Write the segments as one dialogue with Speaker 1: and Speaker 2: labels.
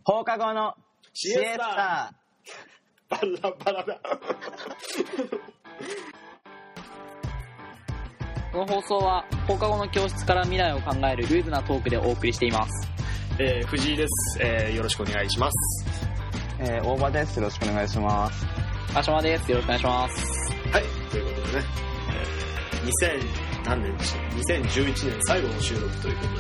Speaker 1: 放課後のシエスタ。
Speaker 2: バラバラだ。
Speaker 3: この放送は放課後の教室から未来を考えるルーズなトークでお送りしています。
Speaker 2: 藤井です。よろしくお願いします。
Speaker 1: 大場です。よろしくお願いします。
Speaker 3: ashimaです。よろしくお願いします。
Speaker 2: はい、ということでね、何年でしたっけ、2011年最後の収録ということで、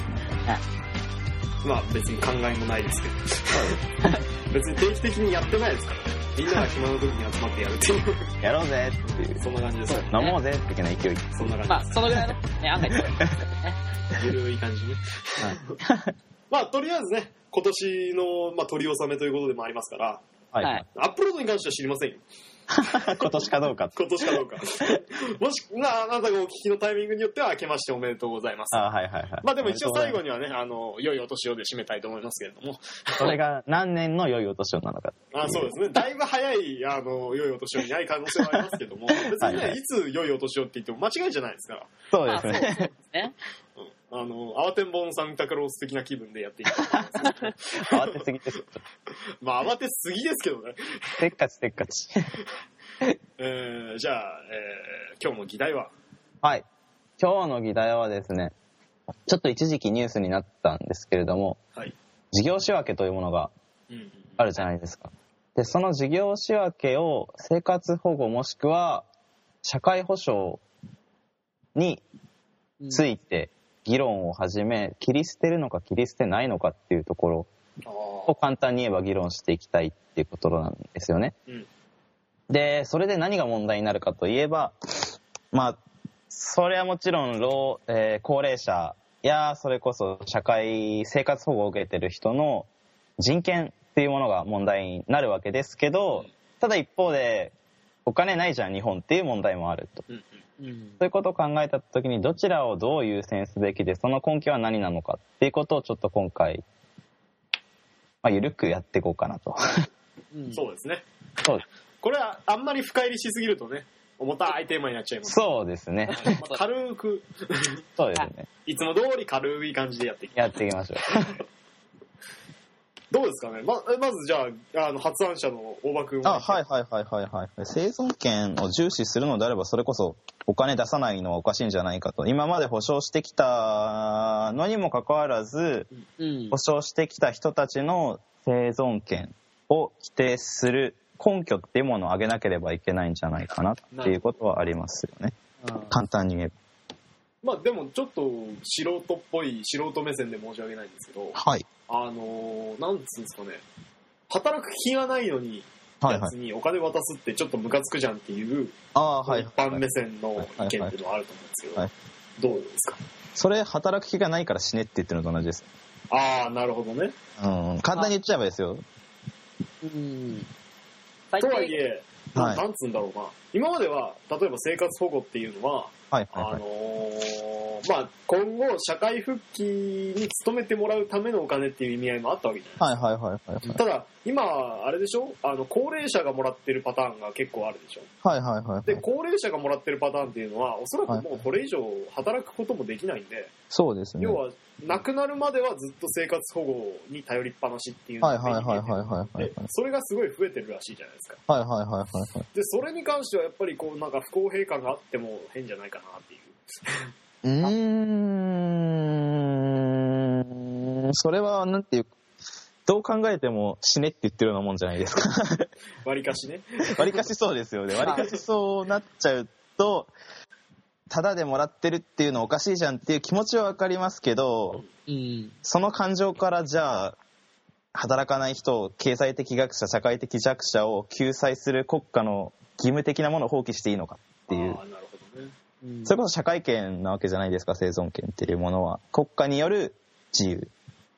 Speaker 2: まあ別に考えもないですけど別に定期的にやってないですからね。みんなが暇な時に集まってやるっていう
Speaker 1: やろうぜっていう、
Speaker 2: そんな感じですね。
Speaker 1: 飲もうぜ的な勢い。
Speaker 2: そんな感じ。
Speaker 3: まあそのぐらいのね、案外
Speaker 2: ゆるい感じねまあとりあえずね、今年の、取り納めということでもありますから、
Speaker 1: はい、
Speaker 3: はい、
Speaker 2: アップロードに関しては知りませんよ
Speaker 1: 今年かどうか
Speaker 2: 今年かどうかもしあなたがお聞きのタイミングによっては明けましておめでとうございます。
Speaker 1: はいはいはい。
Speaker 2: まあでも一応最後にはね、良いお年をで締めたいと思いますけれども
Speaker 1: それが何年の良いお年をなのか。
Speaker 2: そうですね、だいぶ早い良いお年をにない可能性はありますけども別にね、はい、いつ良いお年をって言っても間違いじゃないですから。
Speaker 1: そうですね、
Speaker 3: そうですね
Speaker 2: 慌てんぼんサンタクロース的な気分でやっていきたい
Speaker 1: 慌てすぎです
Speaker 2: 慌てすぎですけどね。
Speaker 1: せっかちせっかち
Speaker 2: じゃあ、今日の議題は。
Speaker 1: はい、今日の議題はですね、ちょっと一時期ニュースになったんですけれども、
Speaker 2: はい、
Speaker 1: 事業仕分けというものがあるじゃないですか。でその事業仕分けを生活保護もしくは社会保障について議論を始め、切り捨てるのか切り捨てないのかっていうところを簡単に言えば議論していきたいっていうことなんですよね。でそれで何が問題になるかといえば、それはもちろん高齢者やそれこそ生活保護を受けてる人の人権っていうものが問題になるわけですけど、ただ一方でお金ないじゃん日本っていう問題もあると、そういうことを考えたときにどちらをどう優先すべきで、その根拠は何なのかっていうことをちょっと今回、ゆるくやっていこうかなと
Speaker 2: そうですね。
Speaker 1: そうです。
Speaker 2: これはあんまり深入りしすぎるとね、重たいテーマになっちゃいます。
Speaker 1: そうですね
Speaker 2: 軽く
Speaker 1: そうですね、
Speaker 2: いつも通り軽い感じでやっていき
Speaker 1: ましょう
Speaker 2: どうですかね。まずじゃあ、発案者の大場君は。
Speaker 1: はい。生存権を重視するのであればそれこそお金出さないのはおかしいんじゃないかと。今まで保障してきたのにもかかわらず、保障してきた人たちの生存権を規定する根拠っていうものを挙げなければいけないんじゃないかなっていうことはありますよね。簡単に言えば。
Speaker 2: でもちょっと素人っぽい素人目線で申し訳ないんですけど、
Speaker 1: はい、
Speaker 2: なんつうんですかね、働く気がないのにやつにお金渡すってちょっとムカつくじゃんっていう、一般目線の意見っていうのはあると思うんですけど、どうですか。そ
Speaker 1: れ働く気がないから死ねって言ってるのと同じです。
Speaker 2: なるほどね。
Speaker 1: 簡単に言っちゃえばですよ。
Speaker 2: とはいえ、なんつうんだろうな、今までは例えば生活保護っていうのは、今後社会復帰に努めてもらうためのお金っていう意味合いもあったわけじゃないですか。ただ今あれでしょ、高齢者がもらってるパターンが結構あるでしょ。で高齢者がもらってるパターンっていうのはおそらくもうこれ以上働くこともできないんで、
Speaker 1: そうですね、
Speaker 2: 要は亡くなるまではずっと生活保護に頼りっぱなしっていうのがそれがすごい増えてるらしいじゃないですか。でそれに関してはやっぱりこうなんか不公平感があっても変じゃないかなっていう。
Speaker 1: それはなんていう、どう考えても死ねって言ってるようなもんじゃないですか
Speaker 2: 割かしね。
Speaker 1: 割かしそうですよね。割かしそうなっちゃうと、ただでもらってるっていうのおかしいじゃんっていう気持ちはわかりますけど、その感情からじゃあ働かない人、経済的弱者、社会的弱者を救済する国家の義務的なものを放棄していいのかっていう。
Speaker 2: なるほどね。
Speaker 1: それこそ社会権なわけじゃないですか、生存権っていうものは。国家による自由。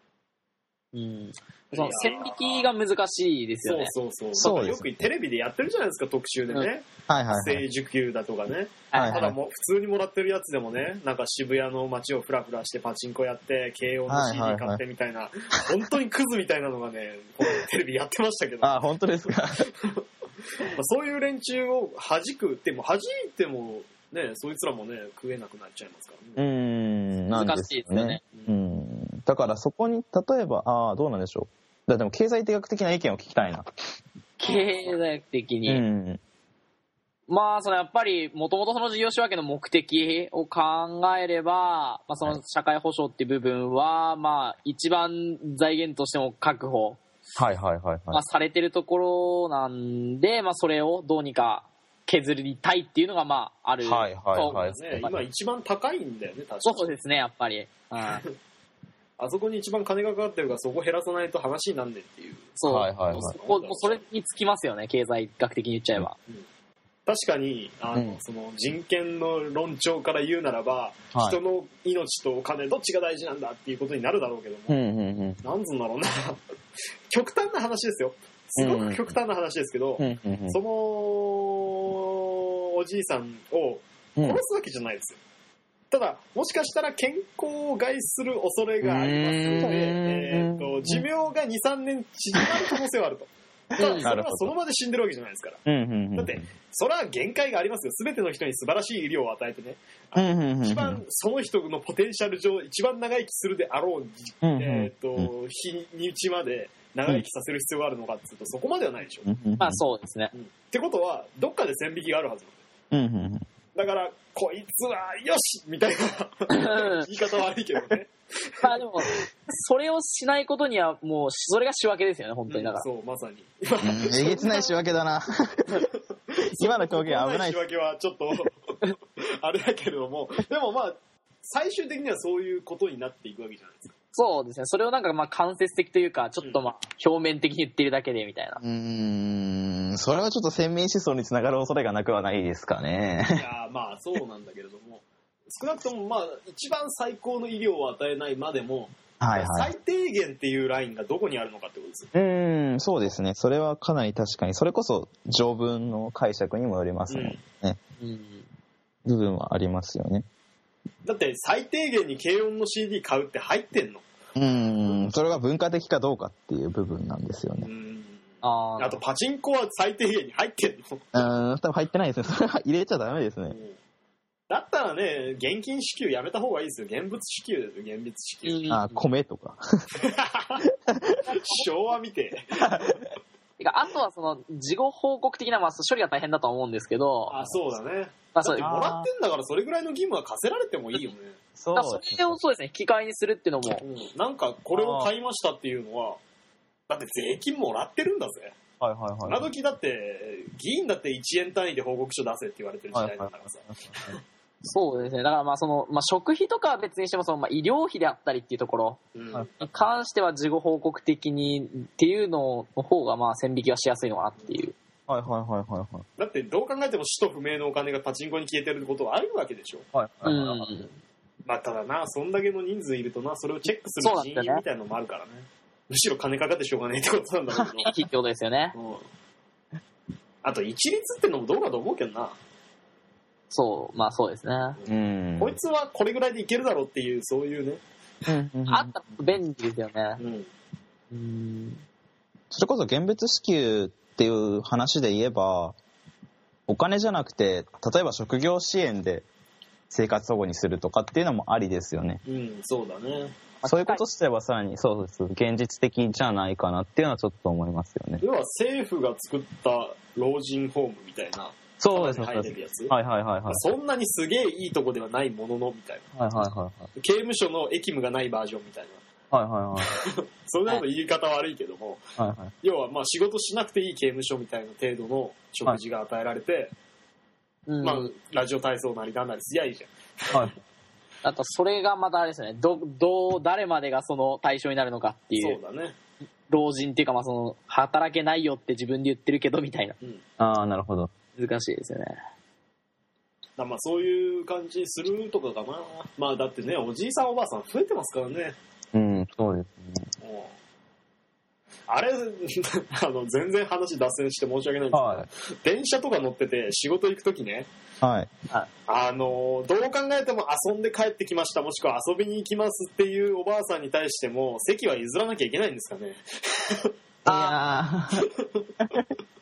Speaker 3: その線引きが難しいですよね。
Speaker 2: そうよくテレビでやってるじゃないですか、特集でね。不正受給だとかね。ただもう普通にもらってるやつでもね、なんか渋谷の街をフラフラしてパチンコやって慶応の CD 買ってみたいな、本当にクズみたいなのがね、テレビやってましたけど。
Speaker 1: 本当ですか。
Speaker 2: そういう連中を弾いてもね、そいつらもね食えなくなっちゃいますからね。
Speaker 3: 難しいですよね。
Speaker 1: だからそこに例えばどうなんでしょう。 でも経済学的な意見を聞きたいな。
Speaker 3: 経済学的に。まあ、そのやっぱり、もともとその事業仕分けの目的を考えれば、まあ、その社会保障っていう部分は、まあ、一番財源としても確保、まあ、されてるところなんで、まあ、それをどうにか削りたいっていうのが、まあ、ある。
Speaker 2: そうですね。今一番高いんだよね、確かに。
Speaker 3: そうですね、やっぱり。
Speaker 2: あそこに一番金がかかってるから、そこ減らさないと話になんねっていう。
Speaker 3: そう。もうそれにつきますよね、経済学的に言っちゃえば。
Speaker 2: 確かにその人権の論調から言うならば、人の命とお金どっちが大事なんだっていうことになるだろうけども、なんつうんだろうな極端な話ですよ、すごく極端な話ですけど、そのおじいさんを殺すわけじゃないですよ。ただもしかしたら健康を害する恐れがありますので、寿命が 2,3 年縮まる可能性はあると。ただそれはその場で死んでるわけじゃないですから。だってそれは限界がありますよ。全ての人に素晴らしい医療を与えてね、一番その人のポテンシャル上一番長生きするであろう日にちまで長生きさせる必要があるのかっていうと、そこまではないでしょ。
Speaker 3: まあそうですね。
Speaker 2: ってことはどっかで線引きがあるはずなんで、だからこいつはよしみたいな言い方は悪いけどね。
Speaker 3: まあでもそれをしないことにはもうそれが仕分けですよね、本当に。だから、
Speaker 2: そうまさに
Speaker 1: えげつない仕分けだな今の表現危ない。
Speaker 2: 仕分けはちょっとあれだけれども、でもまあ最終的にはそういうことになっていくわけじゃないですか。
Speaker 3: そうですね。それをなんかまあ間接的というか、ちょっとまあ表面的に言ってるだけでみたいな。
Speaker 1: それはちょっと先民思想につながる恐れがなくはないですかね。
Speaker 2: いやまあそうなんだけれども、少なくともまあ一番最高の医療を与えないまでも、最低限っていうラインがどこにあるのかってことですよ。
Speaker 1: そうですね。それはかなり確かに、それこそ条文の解釈にもよりますもんね。部分はありますよね。
Speaker 2: だって最低限に軽音の CD 買うって入ってんの？
Speaker 1: それが文化的かどうかっていう部分なんですよね。
Speaker 2: あとパチンコは最低限に入ってんの？
Speaker 1: 多分入ってないですね。それは入れちゃダメですね。
Speaker 2: だったらね、現金支給やめた方がいいですよ。現物支給ですよ、現物支給。
Speaker 1: 米とか。
Speaker 2: 昭和見て。
Speaker 3: あとはその事後報告的な、まあ、処理が大変だと思うんですけど。
Speaker 2: そうだね。だってもらってんだからそれぐらいの義務は課せられてもいいよね。
Speaker 3: それをそうですね、引き換えにするっていうのも、
Speaker 2: なんかこれを買いましたっていうのは、だって税金もらってるんだぜ。今時だって議員だって1円単位で報告書出せって言われてる時代だからさ。
Speaker 3: そうですね。だからまあその、まあ、食費とかは別にしてもその、まあ、医療費であったりっていうところに関しては事後報告的にっていうのの方がまあ線引きはしやすいのかなっていう。
Speaker 2: だってどう考えても使途不明のお金がパチンコに消えてることはあるわけでしょ。まあただな、そんだけの人数いるとな、それをチェックする人員みたいなのもあるからね。むしろ金かかってしょうがないってことなんだけど。
Speaker 3: 必要ですよね。
Speaker 2: あと一律ってのもどうかと思うけどな。
Speaker 3: まあそうです
Speaker 2: ね。こいつはこれぐらいでいけるだろうっていう、そういうね。
Speaker 3: あったら便利ですよね。
Speaker 1: それこそ現物支給っていう話で言えば、お金じゃなくて、例えば職業支援で生活保護にするとかっていうのもありですよね。
Speaker 2: そうだね。
Speaker 1: そういうことすればさらにそうです、現実的じゃないかなっていうのはちょっと思いますよね。
Speaker 2: 要は政府が作った老人ホームみたいな。
Speaker 1: そうですね。
Speaker 2: 入れるやつ。そんなにすげえいいとこではないもののみたいな。刑務所の役務がないバージョンみたいな。そんなの言い方悪いけども、要はまあ仕事しなくていい刑務所みたいな程度の食事が与えられて、まあラジオ体操なりなんなりすりゃいいじゃん。
Speaker 3: あとそれがまたあれですよね。誰までがその対象になるのかっていう。
Speaker 2: そうだね。
Speaker 3: 老人っていうか、まあその働けないよって自分で言ってるけどみたい
Speaker 1: な。なるほど。
Speaker 3: 難しいですよね。
Speaker 2: まあそういう感じにするとかかな。まあだってね、おじいさんおばあさん増えてますからね。
Speaker 1: そうですね。
Speaker 2: あれ全然話脱線して申し訳ないんですけど、電車とか乗ってて仕事行くときね、どう考えても遊んで帰ってきました、もしくは遊びに行きますっていうおばあさんに対しても席は譲らなきゃいけないんですかね。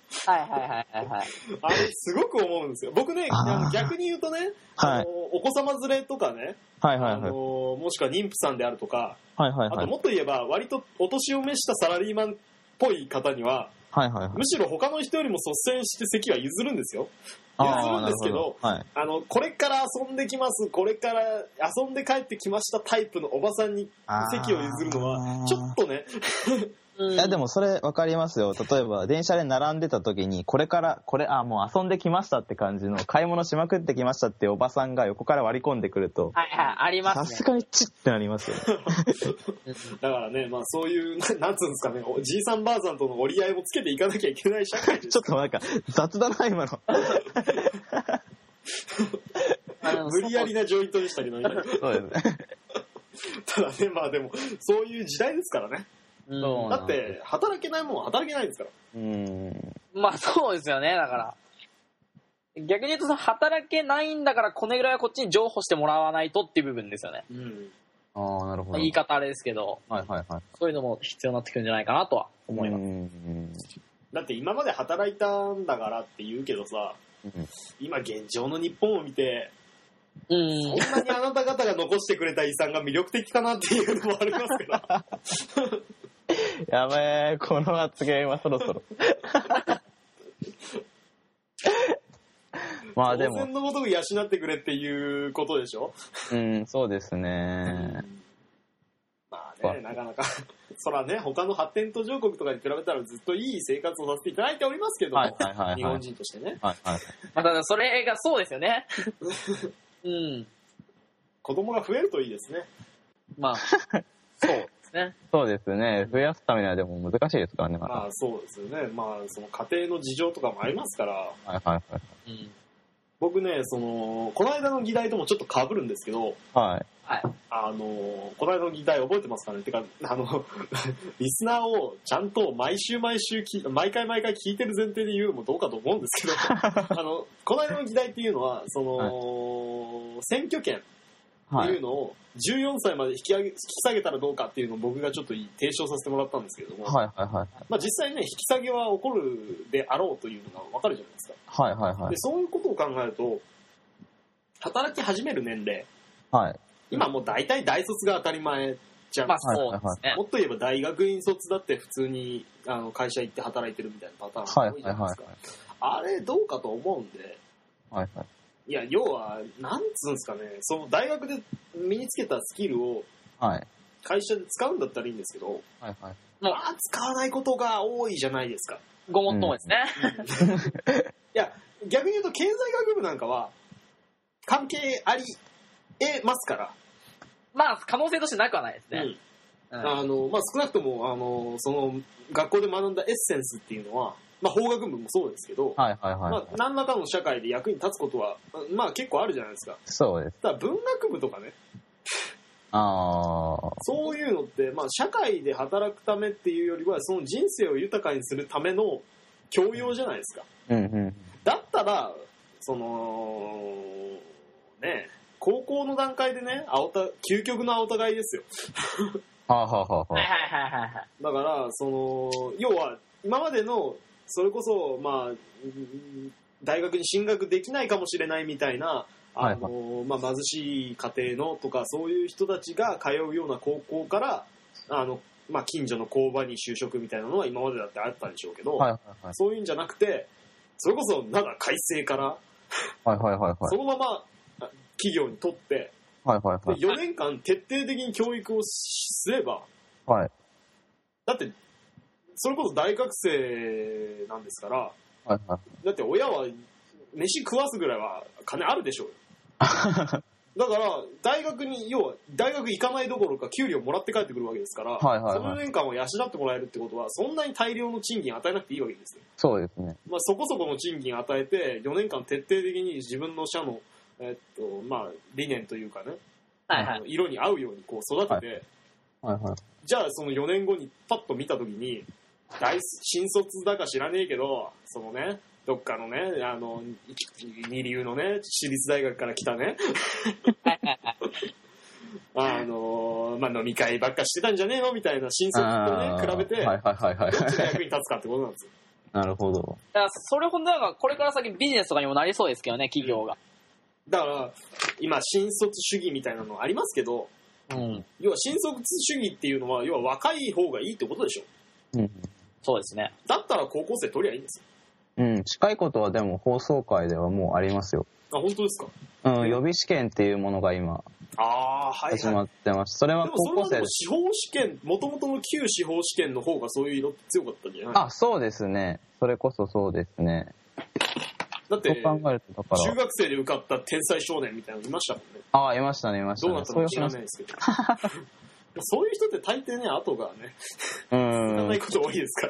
Speaker 3: はいはいはいはいはい。
Speaker 2: あれすごく思うんですよ。僕ね、逆に言うとね、
Speaker 1: はい、
Speaker 2: お子様連れとかね、
Speaker 1: はいはいはい、
Speaker 2: もしくは妊婦さんであるとか、
Speaker 1: はいはいはい、
Speaker 2: あともっと言えば割とお年を召したサラリーマンっぽい方には、
Speaker 1: はいはいはい、む
Speaker 2: しろ他の人よりも率先して席は譲るんですよ。譲るんですけど、はい、これから遊んできます、これから遊んで帰ってきましたタイプのおばさんに席を譲るのはちょっとね
Speaker 1: いやでもそれ分かりますよ。例えば電車で並んでた時にこれもう遊んできましたって感じの買い物しまくってきましたっておばさんが横から割り込んでくると、
Speaker 3: はいはい、ありますね。
Speaker 1: さすがにチッってなりますよ。
Speaker 2: だからね、まあそういうなんつうんですかね、おじいさんばあさんとの折り合いもつけていかなきゃいけない社会です。
Speaker 1: ちょっとなんか雑だな今の。
Speaker 2: 無理やりなジョイントでしたけど、ね、
Speaker 1: そうですね。
Speaker 2: ただね、まあでもそういう時代ですからね。だって働けないもんは働けないですから。
Speaker 3: まあそうですよね。だから逆に言うと働けないんだからこれぐらいはこっちに譲歩してもらわないとっていう部分ですよね。
Speaker 1: ああなるほど。
Speaker 3: 言い方あれですけど、
Speaker 1: はいはいはい。
Speaker 3: そういうのも必要になってくるんじゃないかなとは思います。
Speaker 2: だって今まで働いたんだからって言うけどさ、今現状の日本を見て。そんなにあなた方が残してくれた遺産が魅力的かなっていうのもありますけど。
Speaker 1: やべえ、この発言はそろそろ。まあでも。
Speaker 2: 当然のごとく養ってくれっていうことでしょ。
Speaker 1: そうですね。
Speaker 2: まあね、なかなか。そらね、他の発展途上国とかに比べたらずっといい生活をさせていただいておりますけども、日本人としてね。
Speaker 3: まあただそれがそうですよね。
Speaker 2: 子供が増えるといいですね。
Speaker 3: まあ、そうですね。
Speaker 1: そうですね。増やすためにはでも難しいですからね。
Speaker 2: まあそうですよね。まあその家庭の事情とかもありますから。僕ね、この間の議題ともちょっと被るんですけど、
Speaker 1: はい。
Speaker 2: この間の議題覚えてますかね。てかリスナーをちゃんと毎週毎回聞いてる前提で言うのもどうかと思うんですけど、この間の議題っていうのは選挙権っていうのを14歳まで引き下げたらどうかっていうのを僕がちょっと提唱させてもらったんですけれども、まあ実際ね引き下げは起こるであろうというのが分かるじゃないですか。でそういうことを考えると働き始める年齢、今もう大体大卒が当たり前じゃん。もっと言えば大学院卒だって普通に会社行って働いてるみたいなパターンが多いじゃないですか。あれどうかと思うんで、いや要はなんつうんですかね、その大学で身につけたスキルを会社で使うんだったらいいんですけど、まあ使わないことが多いじゃないですか。
Speaker 3: ごもっともですね。
Speaker 2: いや逆に言うと経済学部なんかは関係あり得ますから。
Speaker 3: まあ可能性としてなくはないですね。
Speaker 2: まあ少なくともその学校で学んだエッセンスっていうのは。まあ、法学部もそうですけど、まあ、何らかの社会で役に立つことは、まあ、結構あるじゃないですか。
Speaker 1: そうです。
Speaker 2: ただ文学部とかね、そういうのって、まあ、社会で働くためっていうよりはその人生を豊かにするための教養じゃないですか。だったらね、高校の段階でね究極の青田買いですよ。だから要は今までのそれこそ、まあ、大学に進学できないかもしれないみたいな、まあ、貧しい家庭のとかそういう人たちが通うような高校からまあ、近所の工場に就職みたいなのは今までだってあったんでしょうけど、そういうんじゃなくてそれこそ奈良開成からそのまま企業にとって、4年間徹底的に教育をすれば、だってそれこそ大学生なんですから、だって親は飯食わすぐらいは金あるでしょうよ。だから大学行かないどころか給料もらって帰ってくるわけですから、その4年間を養ってもらえるってことはそんなに大量の賃金与えなくていいわけですよ。
Speaker 1: そうですね。
Speaker 2: まあ、そこそこの賃金与えて4年間徹底的に自分の社の、まあ、理念というかね、色に合うようにこう育てて、じゃあその4年後にパッと見た時に新卒だか知らねえけどどっかのね二流のね私立大学から来たねまあ、飲み会ばっかしてたんじゃねえのみたいな新卒とね比べてどっちが役に立つかってことなんですよ。
Speaker 1: なるほど。
Speaker 3: だからそれほどなんかこれから先ビジネスとかにもなりそうですけどね、企業が。
Speaker 2: だから今新卒主義みたいなのありますけど、要は新卒主義っていうのは要は若い方がいいってことでしょ。
Speaker 3: そうですね。
Speaker 2: だったら高校生取りゃいいんです
Speaker 1: よ。近いことはでも放送界ではもうありますよ。
Speaker 2: あ、本当ですか。
Speaker 1: 予備試験っていうものが今始まってます。それは高校生で。でも
Speaker 2: 司法試験、もともとの旧司法試験の方がそういう色強かったんじゃない？
Speaker 1: あ、そうですね。それこそそうですね。
Speaker 2: だって
Speaker 1: そう考えるとだから
Speaker 2: 中学生で受かった天才少年みたいなのいましたもんね。
Speaker 1: ああ、いましたね、いましたね。
Speaker 2: どうなったのか知らないですけど。そういう人って大抵ね、後がね、続かないこと多いですから。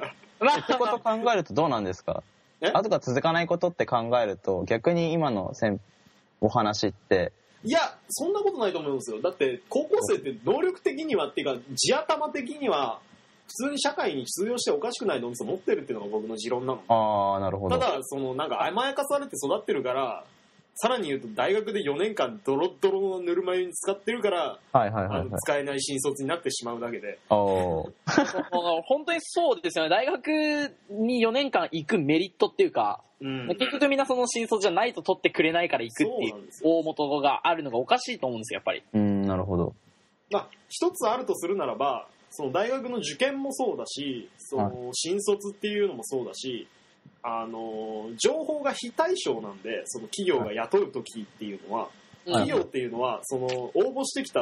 Speaker 1: ってこと考えるとどうなんですか？後が続かないことって考えると、逆に今のお話って。
Speaker 2: いや、そんなことないと思うんですよ。だって、高校生って能力的にはっていうか、地頭的には、普通に社会に出場しておかしくない脳みそ持ってるっていうのが僕の持論なの。
Speaker 1: ああ、なるほど。
Speaker 2: ただ、なんか甘やかされて育ってるから、さらに言うと大学で4年間ドロッドロのぬるま湯に使ってるから、使えない新卒になってしまうだけで。
Speaker 3: 本当にそうですよね。大学に4年間行くメリットっていうか、結局みんなその新卒じゃないと取ってくれないから行くっていう大元があるのがおかしいと思うんですよ、やっぱり。
Speaker 1: なるほど。
Speaker 2: 一つあるとするならば、その大学の受験もそうだし、新卒っていうのもそうだし、情報が非対称なんで、その企業が雇う時っていうのは、企業っていうのは応募してきた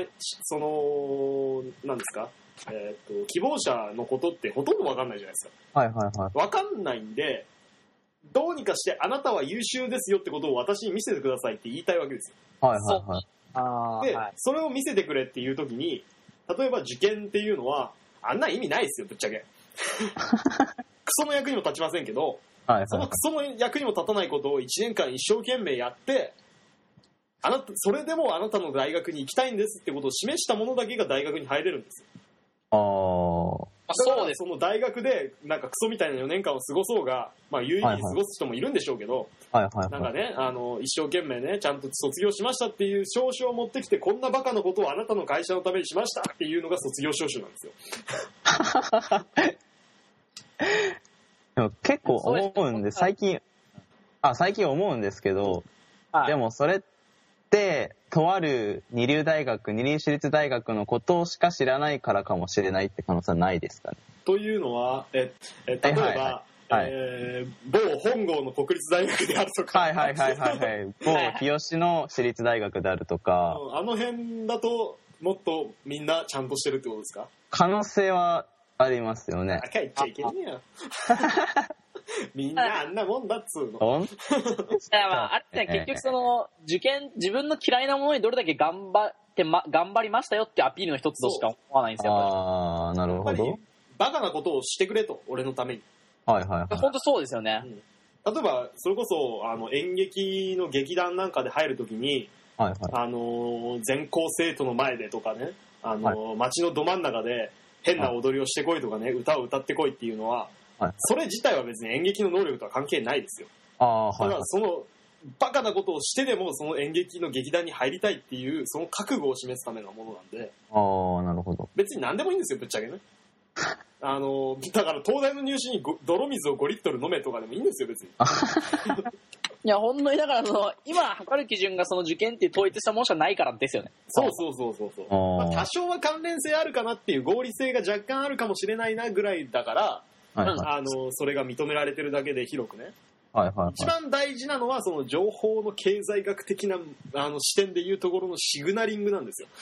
Speaker 2: なんですか、希望者のことってほとんど分かんないじゃないですか。分かんないんで、どうにかしてあなたは優秀ですよってことを私に見せてくださいって言いたいわけですよ。で、それを見せてくれっていう時に、例えば受験っていうのはあんな意味ないですよ、ぶっちゃけ。クソの役にも立ちませんけど、そのクソの役にも立たないことを1年間一生懸命やって、それでもあなたの大学に行きたいんですってことを示したものだけが大学に入れるんですよ。そうです。その大学でなんかクソみたいな4年間を過ごそうが、有意義に過ごす人もいるんでしょうけど、なんかね、一生懸命ね、ちゃんと卒業しましたっていう証書を持ってきて、こんなバカなことをあなたの会社のためにしましたっていうのが卒業証書なんですよ。
Speaker 1: でも結構思うんで、最近思うんですけど、でもそれってとある二流私立大学のことしか知らないからかもしれないって可能性はないですかね。
Speaker 2: というのは、例えば、某本郷の国立大学であるとか、
Speaker 1: 某日吉の私立大学であるとか、
Speaker 2: あの辺だともっとみんなちゃんとしてるってことですか？
Speaker 1: 可能性はありますよね。
Speaker 2: 言っちゃいけねえよ。みんなあんなもんだっつうの。
Speaker 3: あれって結局受験、自分の嫌いなものにどれだけ頑張りましたよってアピールの一つとしか思わないんですよ。
Speaker 1: ああ、なるほど。
Speaker 2: バカなことをしてくれと、俺のために。
Speaker 3: 本当そうですよね。
Speaker 2: 例えばそれこそ演劇の劇団なんかで入るときに、全校生徒の前でとかね、街のど真ん中で変な踊りをしてこいとかね、歌を歌ってこいっていうのは、それ自体は別に演劇の能力とは関係ないですよ。だからそのバカなことをしてでもその演劇の劇団に入りたいっていうその覚悟を示すためのものなんで。
Speaker 1: なるほど。
Speaker 2: 別に何でもいいんですよ、ぶっちゃけね。だから東大の入試に泥水を5リットル飲めとかでもいいんですよ、別に。
Speaker 3: いや、本当にだから今測る基準がその受験っていう統一したものしかないからですよね。
Speaker 2: そう。多少は関連性あるかなっていう合理性が若干あるかもしれないなぐらいだから、それが認められてるだけで広くね。一番大事なのはその情報の経済学的な視点でいうところのシグナリングなんですよ。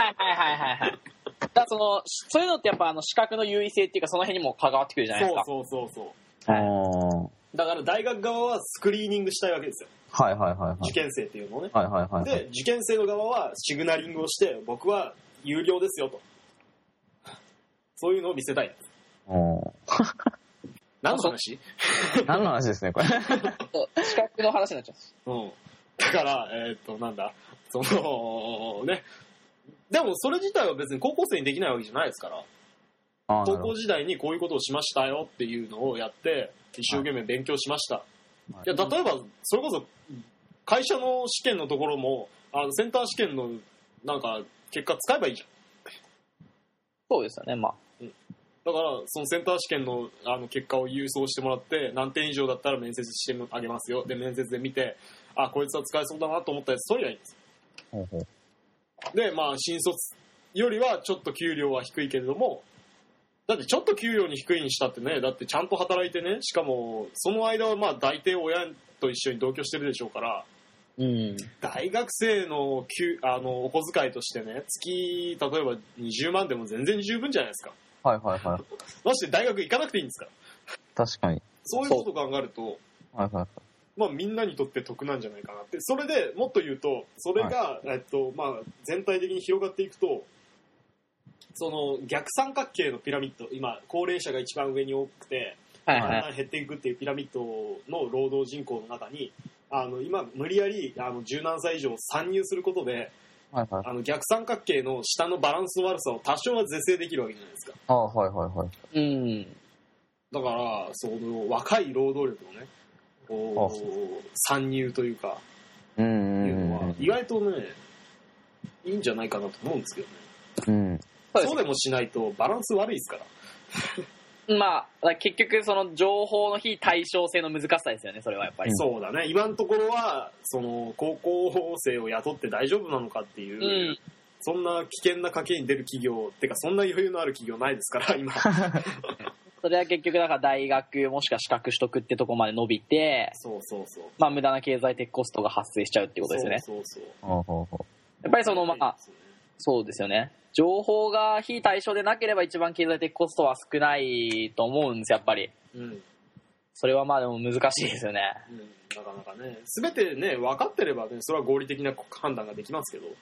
Speaker 3: だそういうのってやっぱ資格の優位性っていうかその辺にも関わってくるじゃないですか。
Speaker 2: そう。だから大学側はスクリーニングしたいわけですよ。受験生っていうのをね。で、受験生の側はシグナリングをして僕は有料ですよと。そういうのを見せたい。何の話？
Speaker 1: 何の話ですね、これ。
Speaker 3: 資格の話になっちゃ
Speaker 2: う。だから、なんだ、ね。でもそれ自体は別に高校生にできないわけじゃないですから。高校時代にこういうことをしましたよっていうのをやって、一生懸命勉強しました。いや、例えば、それこそ、会社の試験のところも、センター試験の、なんか、結果使えばいいじゃん。
Speaker 3: そうですよね、
Speaker 2: だからそのセンター試験の結果を郵送してもらって、何点以上だったら面接してあげますよ。で面接で見て、あ、こいつは使えそうだなと思ったやつ取りゃいいんですよ。でまあ新卒よりはちょっと給料は低いけれども、だってちょっと給料に低いにしたってね、だってちゃんと働いてね、しかもその間はまあ大体親と一緒に同居してるでしょうから、大学生のお小遣いとしてね、月例えば20万でも全然十分じゃないですか。
Speaker 1: はいはいはい。
Speaker 2: まして大学行かなくていいんですから。
Speaker 1: 確かに。
Speaker 2: そういうことを考えると、
Speaker 1: はいはいはい。
Speaker 2: まあみんなにとって得なんじゃないかなって。それでもっと言うと、それが、まあ全体的に広がっていくと、その逆三角形のピラミッド、今高齢者が一番上に多くて、だんだん減っていくっていうピラミッドの労働人口の中に、今無理やり十何歳以上を参入することで、はいはい、逆三角形の下のバランスの悪さを多少は是正できるわけじゃないですか。
Speaker 1: はいはいはい。
Speaker 2: だからその若い労働力のね、参入というかいうのは意外とねいいんじゃないかなと思うんですけどね。そうでもしないとバランス悪いですから。
Speaker 3: まあ結局その情報の非対称性の難しさですよね、それはやっぱり。
Speaker 2: そうだね。今のところはその高校生を雇って大丈夫なのかっていう、そんな危険な賭けに出る企業ってか、そんな余裕のある企業ないですから今。
Speaker 3: それは結局だから大学もしくは資格取得ってとこまで伸びて、まあ無駄な経済的コストが発生しちゃうっていうことですよね。やっぱりそのまあそうですよね。情報が非対称でなければ一番経済的コストは少ないと思うんですよ、やっぱり。それはまあでも難しいですよね。
Speaker 2: なかなかね。全てね、分かってればね、それは合理的な判断ができますけど。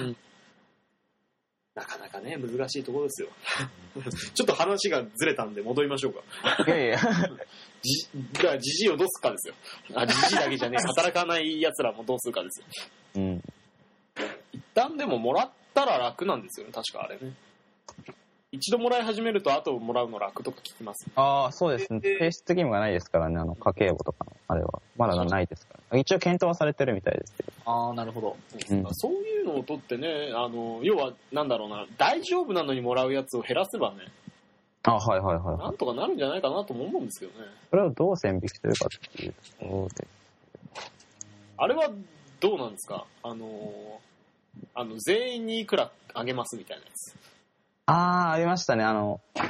Speaker 2: なかなかね、難しいところですよ。ちょっと話がずれたんで戻りましょうか。
Speaker 1: いやいや。
Speaker 2: じじいをどうするかですよ。じじいだけじゃねえ、働かない奴らもどうするかですよ。一旦でももらったら楽なんですよね、確かあれね。一度もらい始めると後もらうの楽とか聞きます。
Speaker 1: ああ、そうですね。提出義務がないですからね、家計簿とかのあれはまだないですから。一応検討はされてるみたいですけど。
Speaker 3: ああ、なるほど。
Speaker 2: そういうのを取ってね、要はなんだろうな、大丈夫なのにもらうやつを減らせばね。
Speaker 1: はいはいはい。
Speaker 2: なんとかなるんじゃないかなとも思うんですけどね。
Speaker 1: それをどう線引きするかっていうところで。
Speaker 2: あれはどうなんですか？全員にいくらあげますみたいなやつ。
Speaker 1: ありましたね、
Speaker 3: はい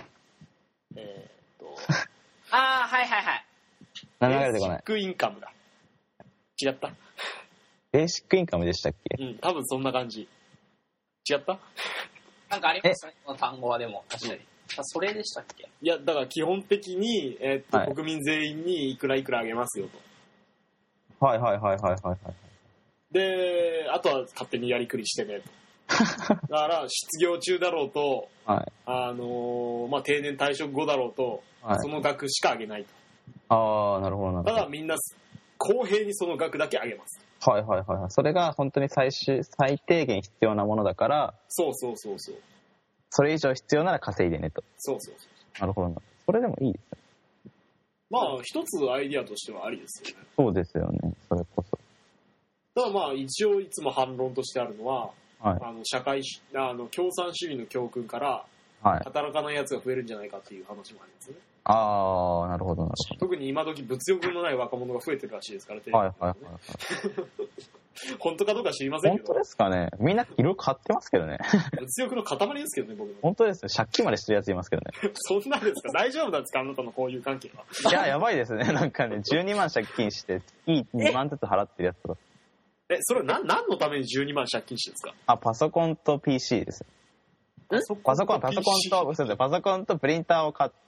Speaker 3: はいはい。
Speaker 1: 名前が出てこない。
Speaker 2: ベーシックインカムだ。違った？
Speaker 1: ベーシックインカムでしたっけ？
Speaker 2: 多分そんな感じ。違った？
Speaker 3: なんかありましたね、この単語はでも。確かに。それでしたっけ？
Speaker 2: いや、だから基本的に、国民全員にいくらいくらあげますよ
Speaker 1: と。はいはいはいはいはい。
Speaker 2: で、あとは勝手にやりくりしてねと。だから失業中だろうと、まあ、定年退職後だろうと、その額しかあげない
Speaker 1: と。なるほどなるほど。
Speaker 2: ただみんな公平にその額だけあげます。
Speaker 1: はいはいはい。それが本当に最低限必要なものだから、
Speaker 2: そう。
Speaker 1: それ以上必要なら稼いでねと。
Speaker 2: そう。
Speaker 1: なるほど。それでもいいですね。
Speaker 2: まあ一つアイディアとしてはありですよね。
Speaker 1: そうですよね。それこそ。
Speaker 2: ただまあ一応いつも反論としてあるのは、共産主義の教訓から、働かないやつが増えるんじゃないかっていう話もありますね。
Speaker 1: なるほどなるほど。
Speaker 2: 特に今時物欲のない若者が増えてるらしいですから、本当かどうか知りませんけど。
Speaker 1: 本当ですかね。みんな色買ってますけどね。
Speaker 2: 物欲の塊ですけどね、僕も。
Speaker 1: 本当ですね。借金までしてるやついますけどね。
Speaker 2: そんなんですか？大丈夫なんですか？あなたの交友関係は。
Speaker 1: いや、やばいですね。なんかね、12万借金して、月2万ずつ払ってるやつとか。
Speaker 2: それは何のために12万借金してるんですか？
Speaker 1: パソコンと PC です。パソコンとプリンターを買って、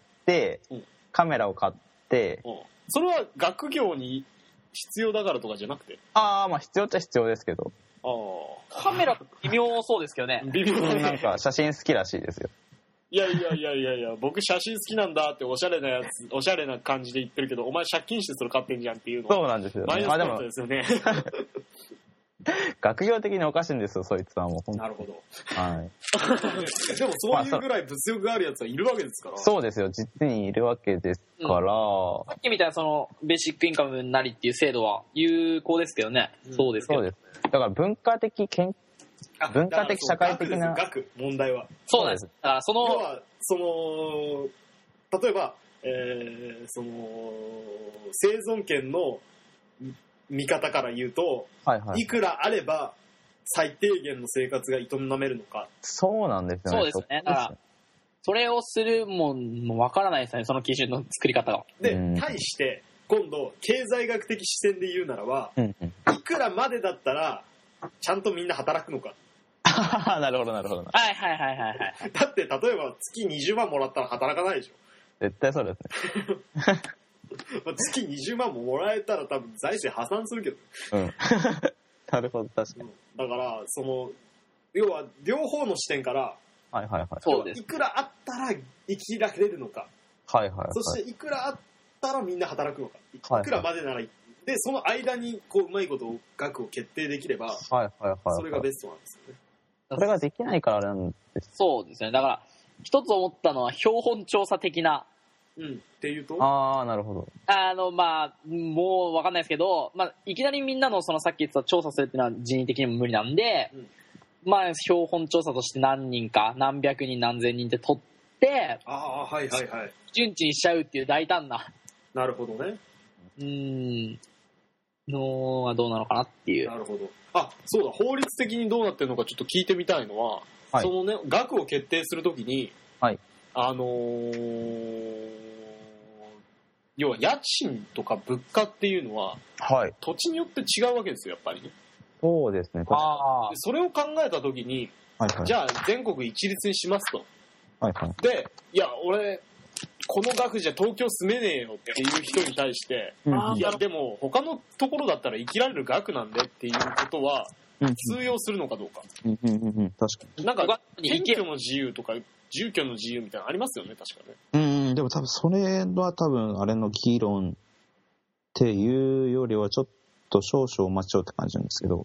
Speaker 1: カメラを買って、
Speaker 2: それは学業に必要だからとかじゃなくて？
Speaker 1: まあ必要っちゃ必要ですけど。
Speaker 3: カメラ微妙そうですけどね。
Speaker 2: 微妙ね。
Speaker 1: なんか写真好きらしいですよ。
Speaker 2: いや、僕写真好きなんだっておしゃれな感じで言ってるけど、お前借金してそれ買ってんじゃんっていうのは。
Speaker 1: そうなんですよ、
Speaker 2: マイナスポイントですよね。
Speaker 1: 学業的におかしいんですよ、そいつはもう。
Speaker 2: なるほど。
Speaker 1: はい。
Speaker 2: でもそういうぐらい物欲があるやつはいるわけですから。
Speaker 1: そうですよ、実にいるわけですから。
Speaker 3: さっきみたいなそのベーシックインカムなりっていう制度は有効ですけどね。そうですけど。
Speaker 1: そうです。だから文化的文化的社会的な
Speaker 2: 額問題は
Speaker 3: そうなんです。だから
Speaker 2: 要は例えば、その生存権の見方から言うと、いくらあれば最低限の生活が営めるのか。
Speaker 1: そうなんですよね。
Speaker 3: そうですね。だからそれをするもわからないですね、その基準の作り方が。
Speaker 2: で、対して今度経済学的視点で言うならば、いくらまでだったらちゃんとみんな働くのか。
Speaker 1: なるほどなるほど。
Speaker 3: はいはいはいはいはい。
Speaker 2: だって例えば月20万もらったら働かないでしょ。
Speaker 1: 絶対そうですね。
Speaker 2: 月20万ももらえたら多分財政破産するけど。
Speaker 1: なるほど、確かに。
Speaker 2: だから要は両方の視点から、
Speaker 3: そうです。
Speaker 2: いくらあったら生きられるのか。そしていくらあったらみんな働くのか。いくらまでならでその間にうまいこと額を決定できれば、それがベストなんですよね。
Speaker 1: それができないからなんです。
Speaker 3: そうですね。だから一つ思ったのは標本調査的な。
Speaker 2: っていうと、
Speaker 1: なるほど。
Speaker 3: まあもうわかんないですけど、まあいきなりみんなのそのさっき言った調査するっていうのは人為的にも無理なんで、まあ標本調査として何人か何百人何千人って取って、順次にしちゃうっていう大胆な。
Speaker 2: なるほどね。
Speaker 3: のはどうなのかなっていう。
Speaker 2: なるほど。そうだ、法律的にどうなってるのかちょっと聞いてみたいのは、そのね額を決定するときに、要は家賃とか物価っていうのは、土地によって違うわけですよ、やっぱりね。
Speaker 1: そうですね。
Speaker 2: それを考えたときに、じゃあ全国一律にしますと。で、いや俺この額じゃ東京住めねえよっていう人に対して、いやでも他のところだったら生きられる額なんでっていうことは通用するのかどうか。
Speaker 1: 確かに。
Speaker 2: なんか転居の自由とか住居の自由みたいなのありますよね、確かね。
Speaker 1: でも多分それはあれの議論っていうよりはちょっと少々お待ちをって感じなんですけど。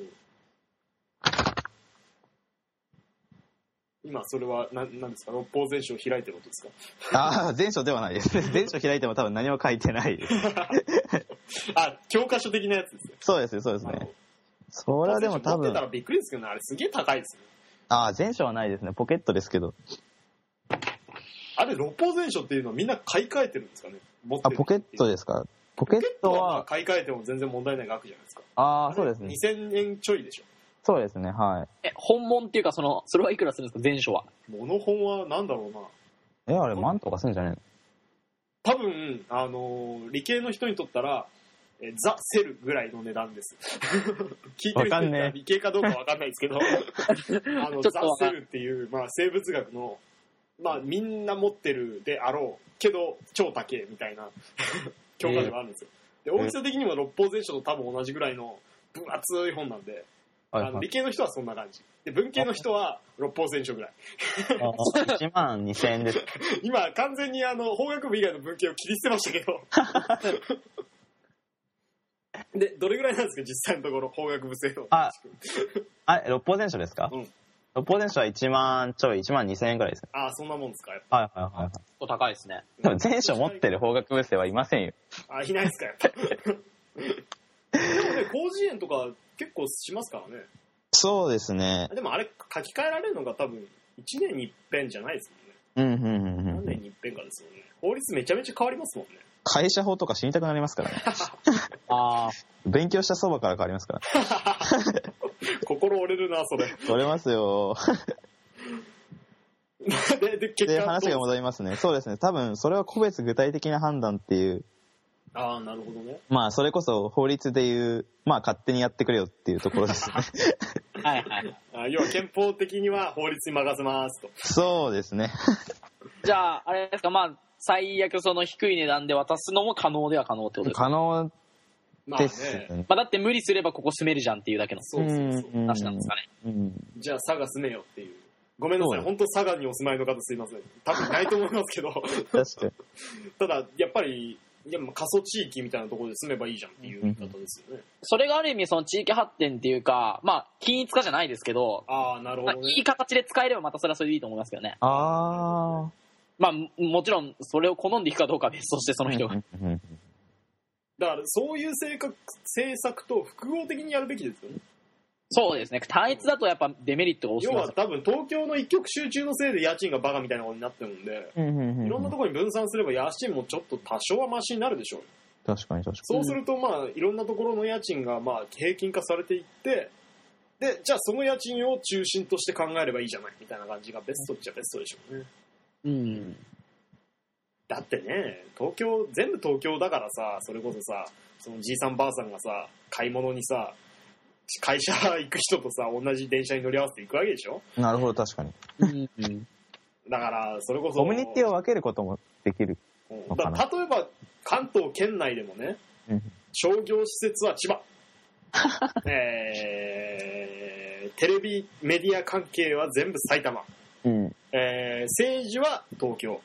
Speaker 2: 今それは何ですか、六法全書を開いてることですか？
Speaker 1: 全書ではないです。全書開いても多分何も書いてないです。
Speaker 2: 教科書的なやつですね。
Speaker 1: そうですね。それはでも多分。
Speaker 2: 持ってたらびっくりですけどね、あれすげえ高いですね。
Speaker 1: 全書はないですね。ポケットですけど。
Speaker 2: あれ六法全書っていうのはみんな買い替えてるんですかね？
Speaker 1: ポケットですか？ポケットは
Speaker 2: 買い替えても全然問題ない額じゃないですか。
Speaker 1: そうですね。
Speaker 2: 2000円ちょいでしょ。
Speaker 1: そうですね、
Speaker 3: 本物っていうかそれはいくらするんですか、全書は。
Speaker 2: モノ本はなんだろうな。
Speaker 1: あれ万とかするんじゃねえの？
Speaker 2: 多分理系の人にとったらザ・セルぐらいの値段です。聞いてる人は理系かどうかわかんないですけどザ・セルっていう、生物学の、みんな持ってるであろうけど超高えみたいな教科書があるんですよ。で大きさ的にも六法全書と多分同じぐらいの分厚い本なんで、理系の人はそんな感じで、文系の人は六法全書ぐらい。
Speaker 1: 1万2000円です。
Speaker 2: 今完全に法学部以外の文系を切り捨てましたけどでどれぐらいなんですか、実際のところ法学部生の。
Speaker 1: 六法全書ですか？六法全書は1万ちょい、1万2000円ぐらいですね。
Speaker 2: そんなもんですか？
Speaker 3: お高いですね。
Speaker 1: でも全書持ってる法学部生はいませんよ。
Speaker 2: いないですか、やっぱ。でもね、広辞苑とか結構しますからね。
Speaker 1: そうですね。
Speaker 2: でもあれ書き換えられるのが多分1年に一遍じゃないですもんね。何年に一遍かですよね。法律めちゃめちゃ変わりますもんね。
Speaker 1: 会社法とか死にたくなりますからね。勉強したそばから変わりますから。
Speaker 2: 心折れるな、それ。
Speaker 1: 折れますよ。
Speaker 2: で
Speaker 1: 話が戻りますね。そうですね。多分それは個別具体的な判断っていう。
Speaker 2: なるほどね。
Speaker 1: それこそ法律でいう勝手にやってくれよっていうところですね。
Speaker 2: 要は憲法的には法律に任せますと。
Speaker 1: そうですね。
Speaker 3: じゃああれですか、最悪その低い値段で渡すのも可能では可能ってことですか？
Speaker 1: 可能ですね。
Speaker 3: だって無理すればここ住めるじゃんっていうだけの話なんですかね。
Speaker 2: じゃあ佐賀住めよっていう。ごめんなさい、本当佐賀にお住まいの方すいません。多分ないと思いますけど。確
Speaker 1: かに。
Speaker 2: ただやっぱり過疎地域みたいなところで住めばいいじゃんっていう言い方ですよね。
Speaker 3: それがある意味その地域発展っていうか、均一化じゃないですけど、
Speaker 2: なるほどね。
Speaker 3: いい形で使えればまたそれはそれでいいと思いますけどね。もちろんそれを好んでいくかどうかは別としてその人が。
Speaker 2: だからそういう政策と複合的にやるべきですよね。
Speaker 3: そうですね。単一だとやっぱデメリットが大きい。
Speaker 2: 要は多分東京の一極集中のせいで家賃がバカみたいなことになってるんで、いろんなところに分散すれば家賃もちょっと多少はマシになるでしょうよ。
Speaker 1: 確かに。
Speaker 2: そうするとまあいろんなところの家賃がまあ平均化されていって、でじゃあその家賃を中心として考えればいいじゃないみたいな感じがベストっちゃベストでしょうね。
Speaker 3: うん。
Speaker 2: だってね、全部東京だからさ、それこそさ、そのじいさんばあさんがさ、買い物にさ、会社行く人とさ、同じ電車に乗り合わせて行くわけでしょ。
Speaker 1: なるほど、確かに。
Speaker 2: だからそれこそ
Speaker 1: コミュニティを分けることもできるのかな。
Speaker 2: 例えば関東圏内でもね、商業施設は千葉テレビメディア関係は全部埼玉、政治は東京、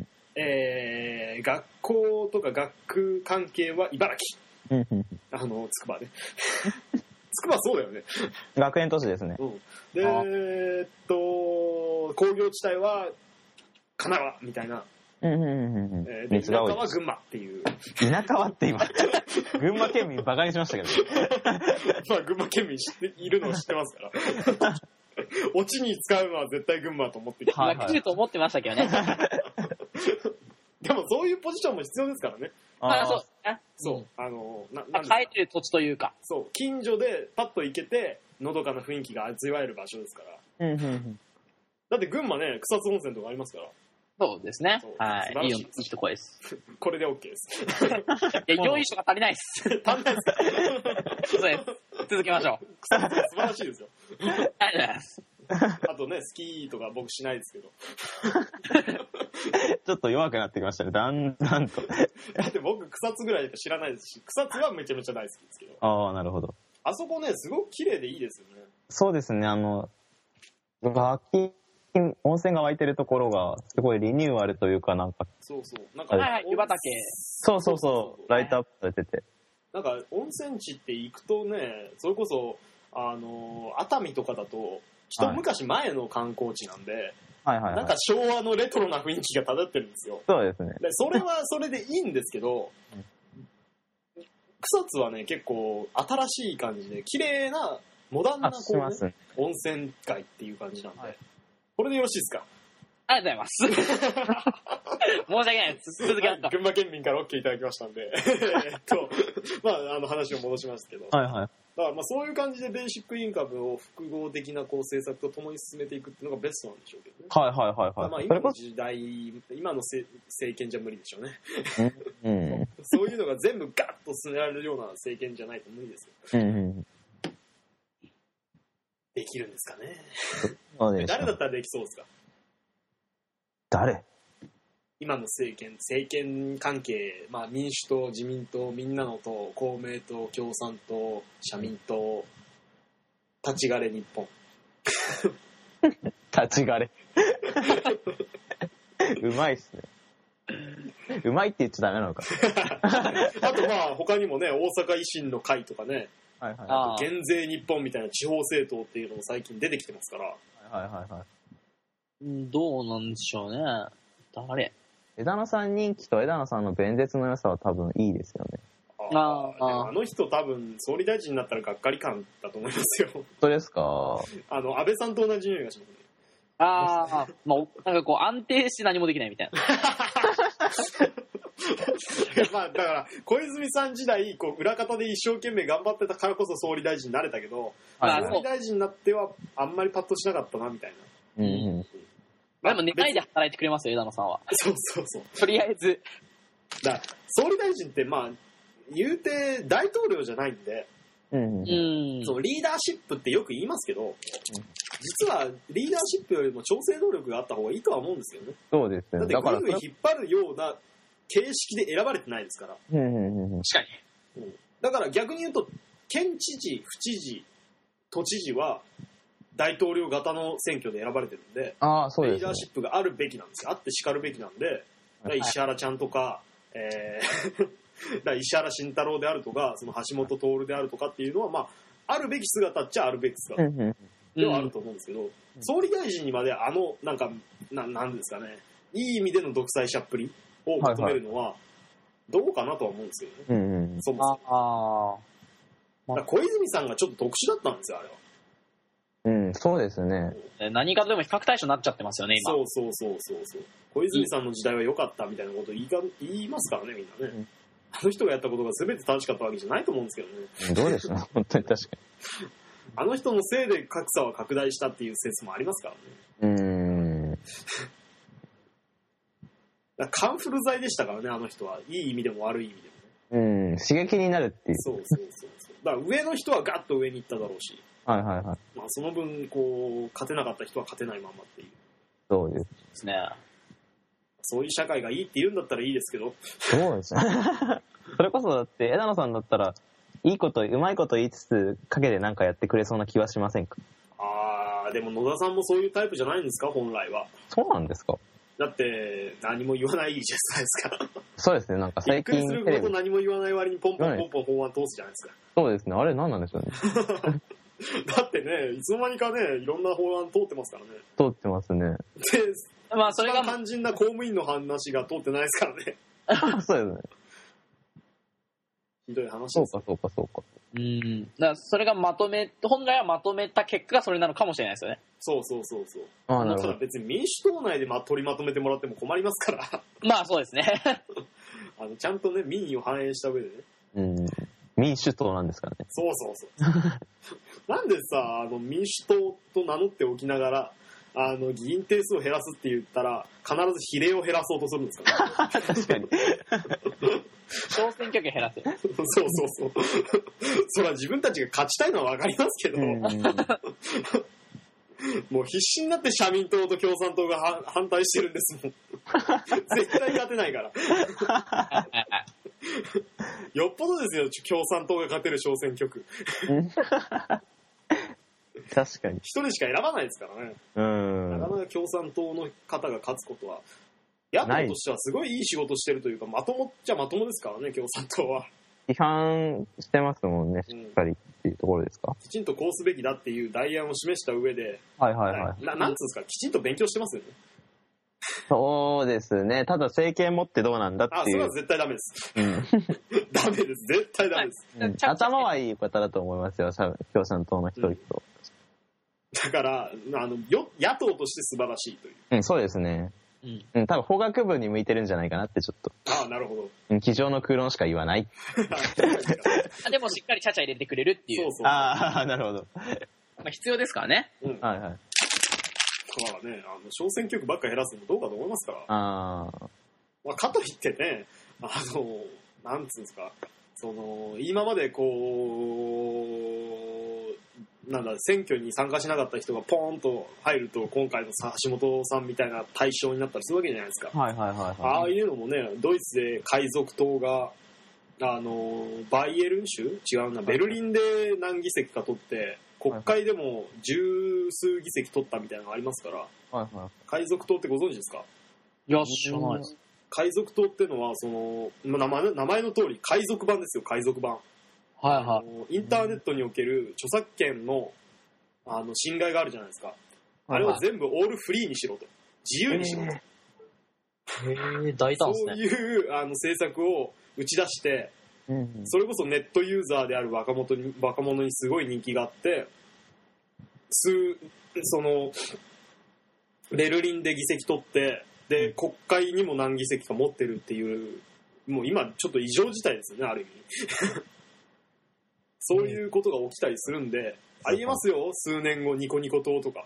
Speaker 2: 学校とか学区関係は茨城、筑波ね筑波そうだよね。
Speaker 1: 学園都市ですね。
Speaker 2: で工業地帯は神奈川みたいな。田舎は群馬っていう。
Speaker 1: 田舎はって今群馬県民バカにしましたけど
Speaker 2: まあ群馬県民いるのを知ってますからオチに使うのは絶対群馬と思ってきて、
Speaker 3: 来ると思ってましたけどね
Speaker 2: でもそういうポジションも必要ですからね。そう
Speaker 3: 生えてる土地というか、
Speaker 2: そう近所でパッと行けてのどかな雰囲気が味わえる場所ですから。だって群馬ね、草津温泉とかありますから。
Speaker 3: そうですね。はい。いいとこです。
Speaker 2: これで OK です。
Speaker 3: いや、良い人が足りないです。
Speaker 2: 足りないですか。
Speaker 3: そうです。続きましょう。
Speaker 2: 素晴らしいですよ。
Speaker 3: ありがとうございます。
Speaker 2: あとね、スキーとか僕しないですけど。
Speaker 1: ちょっと弱くなってきましたね、だんだんと。
Speaker 2: だって僕、草津ぐらいしか知らないですし、草津はめちゃめちゃ大好きですけど。
Speaker 1: ああ、なるほど。
Speaker 2: あそこね、すごく綺麗でいいですよね。
Speaker 1: そうですね、温泉が湧いてるところがすごいリニューアルというかなんか
Speaker 2: なんか
Speaker 3: 湯畑
Speaker 1: そうライトアップされてて、
Speaker 2: なんか温泉地って行くとね、それこそ熱海とかだと一昔前の観光地なんで、なんか昭和のレトロな雰囲気が漂ってるんですよ。
Speaker 1: そうですね。
Speaker 2: でそれはそれでいいんですけど、草津はね結構新しい感じで綺麗なモダンな温泉街っていう感じなんで。これでよろしいですか。
Speaker 3: ありがとうございます。申し訳ないです。続けますか。
Speaker 2: 群馬県民から OK いただきましたんでまあ話を戻しますけど、だからまあそういう感じでベーシックインカムを複合的なこう政策とともに進めていくっていうのがベストなんでしょうけどね。まあ今の時代、今の政権じゃ無理でしょうね。そういうのが全部ガッと進められるような政権じゃないと無理ですよ。できるんですかね。誰だったらできそうですか。
Speaker 1: 誰？
Speaker 2: 今の政権関係、まあ民主党、自民党、みんなの党、公明党、共産党、社民党、立ち枯れ日本。
Speaker 1: 立ち枯れ。うまいっすね。うまいって言っちゃダメなのか。
Speaker 2: あとまあ他にもね、大阪維新の会とかね。減税日本みたいな地方政党っていうのも最近出てきてますから。
Speaker 3: どうなんでしょうね。誰？
Speaker 1: 枝野さん人気と枝野さんの弁舌の良さは多分いいですよね。
Speaker 2: あの人多分総理大臣になったらがっかり感だと思いますよ。
Speaker 1: 本当ですか？
Speaker 2: 安倍さんと同じ匂いがしますね。
Speaker 3: まあなんかこう安定して何もできないみたいな。
Speaker 2: まあだから小泉さん時代こう裏方で一生懸命頑張ってたからこそ総理大臣になれたけど、総理大臣になってはあんまりパッとしなかったなみたいな。
Speaker 3: でも願いで働いてくれますよ、枝野さんは。
Speaker 2: そう。
Speaker 3: とりあえず。
Speaker 2: だから総理大臣ってまあ言うて大統領じゃないんで、そうリーダーシップってよく言いますけど、実はリーダーシップよりも調整能力があった方がいいとは思うんですよね。
Speaker 1: そうですね。
Speaker 2: だってぐいぐい引っ張るような形式で選ばれてないですから。
Speaker 3: 確かに。
Speaker 2: だから逆に言うと県知事、府知事、都知事は大統領型の選挙で選ばれてるんで、
Speaker 1: そうですね、
Speaker 2: リーダーシップがあるべきなんですよ。あってしかるべきなんで、石原ちゃんとか、石原慎太郎であるとか、その橋本徹であるとかっていうのは、まあ、あるべき姿っちゃあるべき姿ではあると思うんですけど、総理大臣にまでなんですかね、いい意味での独裁者っぷりを求めるのは、どうかなとは思うんですけどね。そもそも。小泉さんがちょっと特殊だったんですよ、あれは。
Speaker 1: うん、そうですね。
Speaker 3: 何かとでも比較対象になっちゃってますよね、今。
Speaker 2: そう。小泉さんの時代は良かったみたいなことを言いますからね、みんなね。うん、あの人がやったことが全て正しかったわけじゃないと思うんですけどね。
Speaker 1: どうでしょう本当に確かに。
Speaker 2: あの人のせいで格差は拡大したっていう説もありますからね。カンフル剤でしたからね、あの人は。いい意味でも悪い意味でも
Speaker 1: ね。刺激になるっていう。
Speaker 2: そう。だから上の人はガッと上に行っただろうし。
Speaker 1: はい。
Speaker 2: まあその分、こう、勝てなかった人は勝てないままっていう。
Speaker 1: そうです
Speaker 3: ね。
Speaker 2: そういう社会がいいって言うんだったらいいですけど。
Speaker 1: そうですね。それこそだって、枝野さんだったら、うまいこと言いつつ、陰でなんかやってくれそうな気はしませんか？
Speaker 2: でも野田さんもそういうタイプじゃないんですか、本来は。
Speaker 1: そうなんですか？
Speaker 2: だって、何も言わないじゃないですか。
Speaker 1: そうですね、なんか最近。びっくり
Speaker 2: すること何も言わない割にポンポン法案通すじゃないですか。
Speaker 1: そうですね、あれ何なんでしょうね。
Speaker 2: だってね、いつの間にかね、いろんな法案通ってますからね。
Speaker 1: 通ってますね。
Speaker 2: で、まあそれが肝心な公務員の話が通ってないですからね。
Speaker 1: そうですね。
Speaker 2: ひどい話です。
Speaker 1: そうか。
Speaker 3: だからそれが本来はまとめた結果がそれなのかもしれないですよね。
Speaker 2: そう。ただ別に民主党内で取りまとめてもらっても困りますから。
Speaker 3: まあそうですね。
Speaker 2: ちゃんとね、民意を反映した上でね。
Speaker 1: 民主党なんですからね。
Speaker 2: そう。なんでさ、民主党と名乗っておきながら、議員定数を減らすって言ったら、必ず比例を減らそうとするんですか
Speaker 1: ら、ね。確かに。
Speaker 3: 小選挙区減らす。
Speaker 2: そう。それは自分たちが勝ちたいのは分かりますけど、もう必死になって社民党と共産党が反対してるんですもん。絶対勝てないから。よっぽどですよ、共産党が勝てる小選挙区。
Speaker 1: 確かに。
Speaker 2: 一人しか選ばないですからね。なかなか共産党の方が勝つことは、野党としてはすごいいい仕事してるというか、まともっちゃまともですからね、共産党は。
Speaker 1: 批判してますもんね、しっかりっていうところですか。
Speaker 2: きちんとこうすべきだっていう代案を示した上で、
Speaker 1: はい。
Speaker 2: なんつうんですか、きちんと勉強してますよね。
Speaker 1: そうですね。ただ政権持ってどうなんだっていう。
Speaker 2: それは絶対ダメです。ダメです。絶対ダメです。
Speaker 1: 頭はいい方だと思いますよ、共産党の人々。
Speaker 2: だから、野党として素晴らしいという。
Speaker 1: そうですね。多分法学部に向いてるんじゃないかなってちょっと。
Speaker 2: なるほ
Speaker 1: ど。机上の空論しか言わない。
Speaker 3: でもしっかりちゃちゃ入れてくれるっていう。
Speaker 1: なるほど。
Speaker 3: 必要ですからね。
Speaker 2: はい。だからね、小選挙区ばっか減らすのもどうかと思いますから。かといってね、なんつうんですか、今まで選挙に参加しなかった人がポーンと入ると、今回の橋本さんみたいな対象になったりするわけじゃないですか。ああいうのもね、ドイツで海賊党が、バイエルン州ベルリンで何議席か取って、国会でも十数議席取ったみたいなのがありますから、海賊党ってご存知ですか？
Speaker 3: いや、知らないです。
Speaker 2: 海賊党ってのは、名前の通り海賊版ですよ、海賊版。インターネットにおける著作権の、侵害があるじゃないですか。あれを全部オールフリーにしろと。自由にしろと。
Speaker 3: 大胆ですね。
Speaker 2: そういう政策を打ち出して、それこそネットユーザーである若者にすごい人気があって、ベルリンで議席取って、で、国会にも何議席か持ってるっていう、もう今ちょっと異常事態ですよね、ある意味。そういうことが起きたりするんで、ありえますよ、数年後ニコニコ党とか。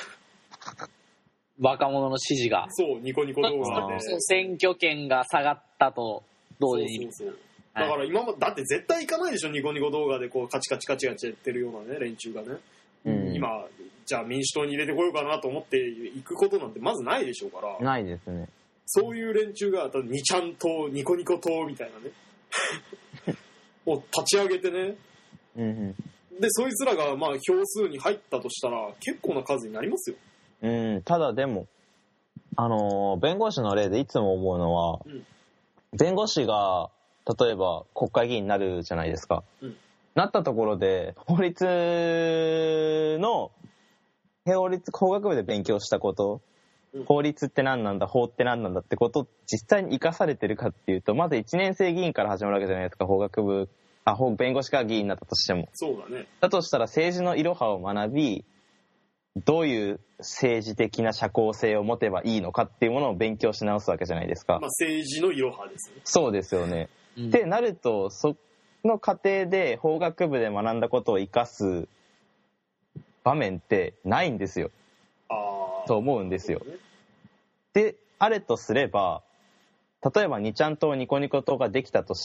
Speaker 3: 若者の支持が。
Speaker 2: そう、ニコニコ動画で。
Speaker 3: 選挙権が下がったと同時に。
Speaker 2: だからだって絶対行かないでしょ、ニコニコ動画でカチカチやってるようなね、連中がね。今、じゃあ民主党に入れてこようかなと思って行くことなんてまずないでしょうから。
Speaker 1: ないですね。
Speaker 2: そういう連中が、ニちゃん党、ニコニコ党みたいなね。を立ち上げてね。で、そいつらが票数に入ったとしたら結構な数になりますよ。
Speaker 1: ただでも、弁護士の例でいつも思うのは、弁護士が例えば国会議員になるじゃないですか。なったところで法学部で勉強したこと、法律って何なんだ、法って何なんだってこと実際に生かされてるかっていうと、まず1年生議員から始まるわけじゃないですか。弁護士が議員になったとしても。
Speaker 2: そうだね。
Speaker 1: だとしたら政治のいろはを学び、 どういう政治的な社交性を持てばいいのかっていうものを勉強し直すわけじゃないですか。
Speaker 2: まあ、政治のいろはですね。
Speaker 1: そうですよね。ってなると、その過程で法学部で学んだことを生かす場面ってないんですよ。と思うんですよ。で、あれとすれば、例えば2ちゃんとニコニコ党ができたとして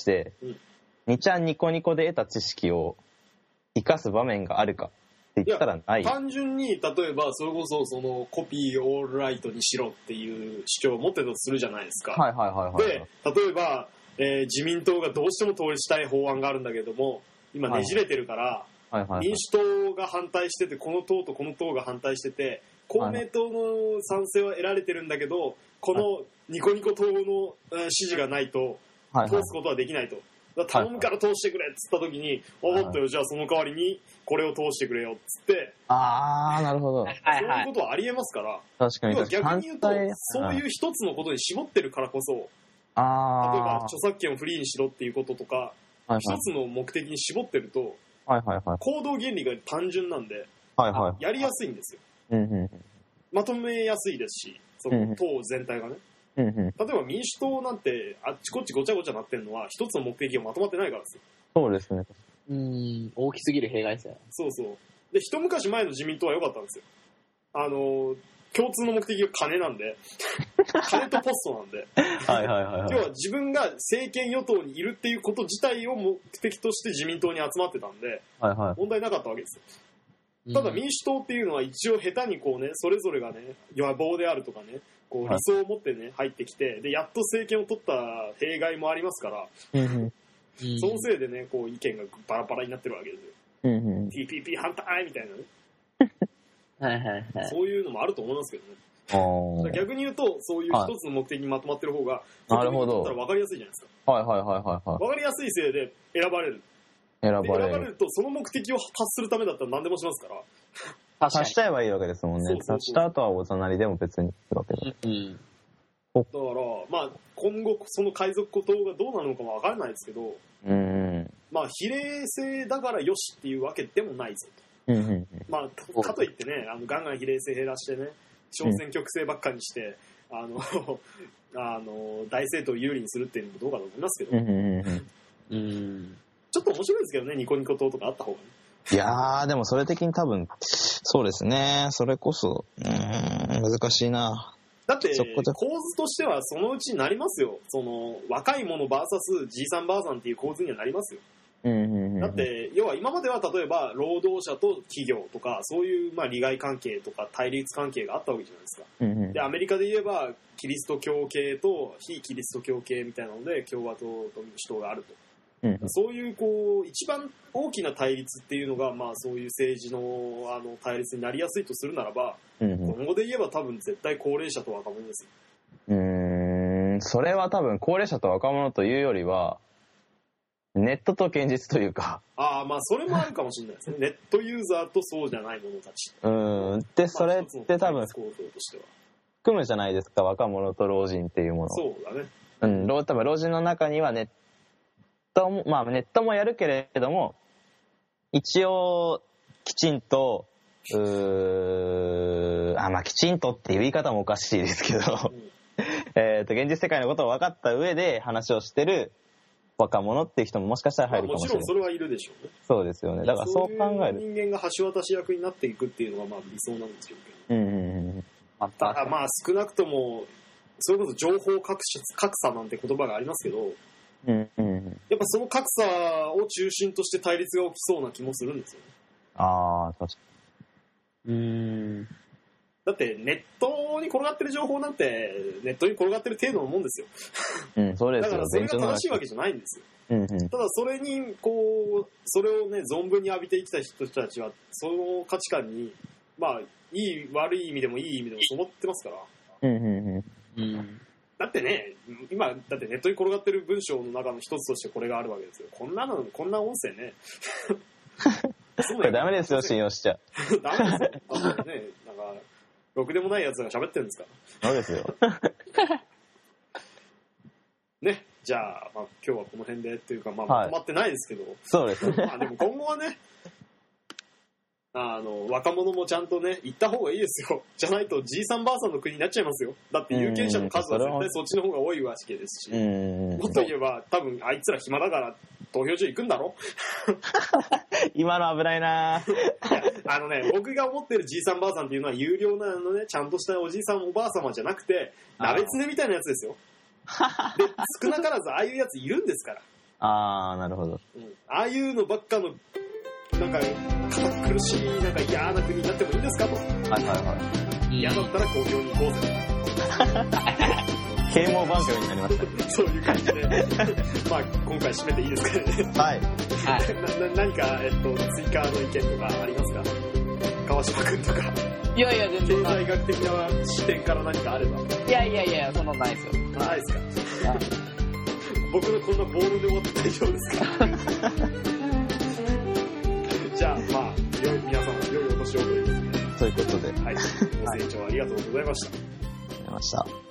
Speaker 1: 、2ちゃんニコニコで得た知識を生かす場面があるかって言ったらない。
Speaker 2: 単純に、例えば、それこそ、その、コピーオールライトにしろっていう主張を持ってたとするじゃないですか。
Speaker 1: はいはいはいはい。
Speaker 2: で、例えば、自民党がどうしても通りしたい法案があるんだけども、今ねじれてるから、民主党が反対してて、この党とこの党が反対してて、公明党の賛成は得られてるんだけど、このニコニコ党の支持がないと通すことはできないと。頼むから通してくれっつった時に、分かったよ、じゃあその代わりにこれを通してくれよっつって、
Speaker 1: なるほど。
Speaker 2: そういうことはありえますから、
Speaker 1: 確かに
Speaker 2: 逆に言うと、そういう一つのことに絞ってるからこそ、例えば著作権をフリーにしろっていうこととか、一つの目的に絞ってると、行動原理が単純なんで、やりやすいんですよ。まとめやすいですし、その党全体がね。例えば民主党なんてあっちこっちごちゃごちゃなってるのは一つの目的がまとまってないからですよ。
Speaker 1: そうですね。
Speaker 3: 大きすぎる弊害ですよ。
Speaker 2: そうそう。で、一昔前の自民党は良かったんですよ。共通の目的が金なんで、金とポストなんで。要は自分が政権与党にいるっていうこと自体を目的として自民党に集まってたんで、問題なかったわけですよ。ただ民主党っていうのは一応下手にこうね、それぞれがね、野望であるとかね、こう理想を持ってね、入ってきて、で、やっと政権を取った弊害もありますから、そのせいでね、こう意見がバラバラになってるわけですよ。TPP 反対みたいなね。そういうのもあると思いますけどね。逆に言うと、そういう一つの目的にまとまってる方が、国民にとったら分かりやすいじゃないですか。分かりやすいせいで選ばれる。選ばれると、その目的を達するためだったら何でもしますから。
Speaker 1: 足しちゃえばいいわけですもんね。足した後はおざなりでも別にいいわけだ。
Speaker 2: だから、まあ、今後、その海賊党がどうなるのかも分からないですけど、まあ、比例制だからよしっていうわけでもないぞと。まあ、かといってね、ガンガン比例制減らしてね、小選挙区制ばっかにして、大政党を有利にするっていうのもどうかと思いますけど、ちょっと面白いですけどね、ニコニコ党とかあった方がね。
Speaker 1: いやー、でもそれ的に多分、そうですね、それこそ、難しいな。
Speaker 2: だって、構図としてはそのうちになりますよ。その、若い者 VS じいさんばあさんっていう構図にはなりますよ。だって、要は今までは例えば、労働者と企業とか、そういうまあ利害関係とか対立関係があったわけじゃないですか。で、アメリカで言えば、キリスト教系と非キリスト教系みたいなので、共和党と民主党があると。そういうこう一番大きな対立っていうのが、まあ、そういう政治の対立になりやすいとするならば、今後で言えば多分絶対高齢者と若者ですよ。
Speaker 1: それは多分高齢者と若者というよりはネットと現実というか、
Speaker 2: まあそれもあるかもしれないですね。ネットユーザーとそうじゃない者たち。
Speaker 1: でそれって多分含むじゃないですか、若者と老人っていうもの。
Speaker 2: そうだね。
Speaker 1: 多分老人の中にはネットもやるけれども、一応きちんときちんとっていう言い方もおかしいですけど、現実世界のことを分かった上で話をしてる若者っていう人ももしかしたら入るかもしれない。
Speaker 2: もちろんそれはいるでしょうね。
Speaker 1: そうですよね。だからそう考える。
Speaker 2: 人間が橋渡し役になっていくっていうのがまあ理想なんですよね。まあ少なくともそれこそ情報格差なんて言葉がありますけど。やっぱその格差を中心として対立が起きそうな気もするんですよね。
Speaker 1: 確かに。
Speaker 2: だってネットに転がってる情報なんてネットに転がってる程度のもんですよ。
Speaker 1: そうですよ。
Speaker 2: だからそれが正しいわけじゃないんですよ。ただそれにそれをね存分に浴びて生きた人たちはその価値観にまあいい悪い意味でもいい意味でも染まってますから。だってね、今、だってネットに転がってる文章の中の一つとしてこれがあるわけですよ。こんな音声ね。
Speaker 1: これダメですよ、信用しちゃ。
Speaker 2: ダメですよ。だってね、なんか、ろくでもないやつが喋ってるんですから。
Speaker 1: そうですよ。
Speaker 2: ね、じゃあ、まあ、今日はこの辺でっていうか、まとまってないですけど。
Speaker 1: そうですね。
Speaker 2: でも今後はね、 若者もちゃんとね、行った方がいいですよ。じゃないとじいさんばあさんの国になっちゃいますよ。だって有権者の数は絶対そっちの方が多いわけですし。もっと言えば、多分あいつら暇だから投票所行くんだろ
Speaker 1: 今の危ないな
Speaker 2: 僕が思ってるじいさんばあさんっていうのは有料なね、ちゃんとしたおじいさんおばあ様じゃなくて、鍋つねみたいなやつですよ。で、少なからずああいうやついるんですから。
Speaker 1: なるほど。
Speaker 2: ああいうのばっかの、なんか、堅苦しい、なんか嫌な国になってもいいんですかと。嫌だったら公共に行こうぜ。
Speaker 1: 啓蒙番組になりました。
Speaker 2: そういう感じで。まあ、今回締めていいですかね。
Speaker 1: はい。
Speaker 2: 何か、追加の意見とかありますか？川島くんとか。
Speaker 3: いやいや、全然。
Speaker 2: 経済学的な視点から何かあれば。
Speaker 3: いや、そんなのないですよ。
Speaker 2: ないですか？僕のこんなボールで終わって大丈夫ですか？じゃあ、まあ、皆さん、良いお年をということで。
Speaker 1: ということで。
Speaker 2: はい。ご清聴ありがとうございました。
Speaker 1: ありがとうございました。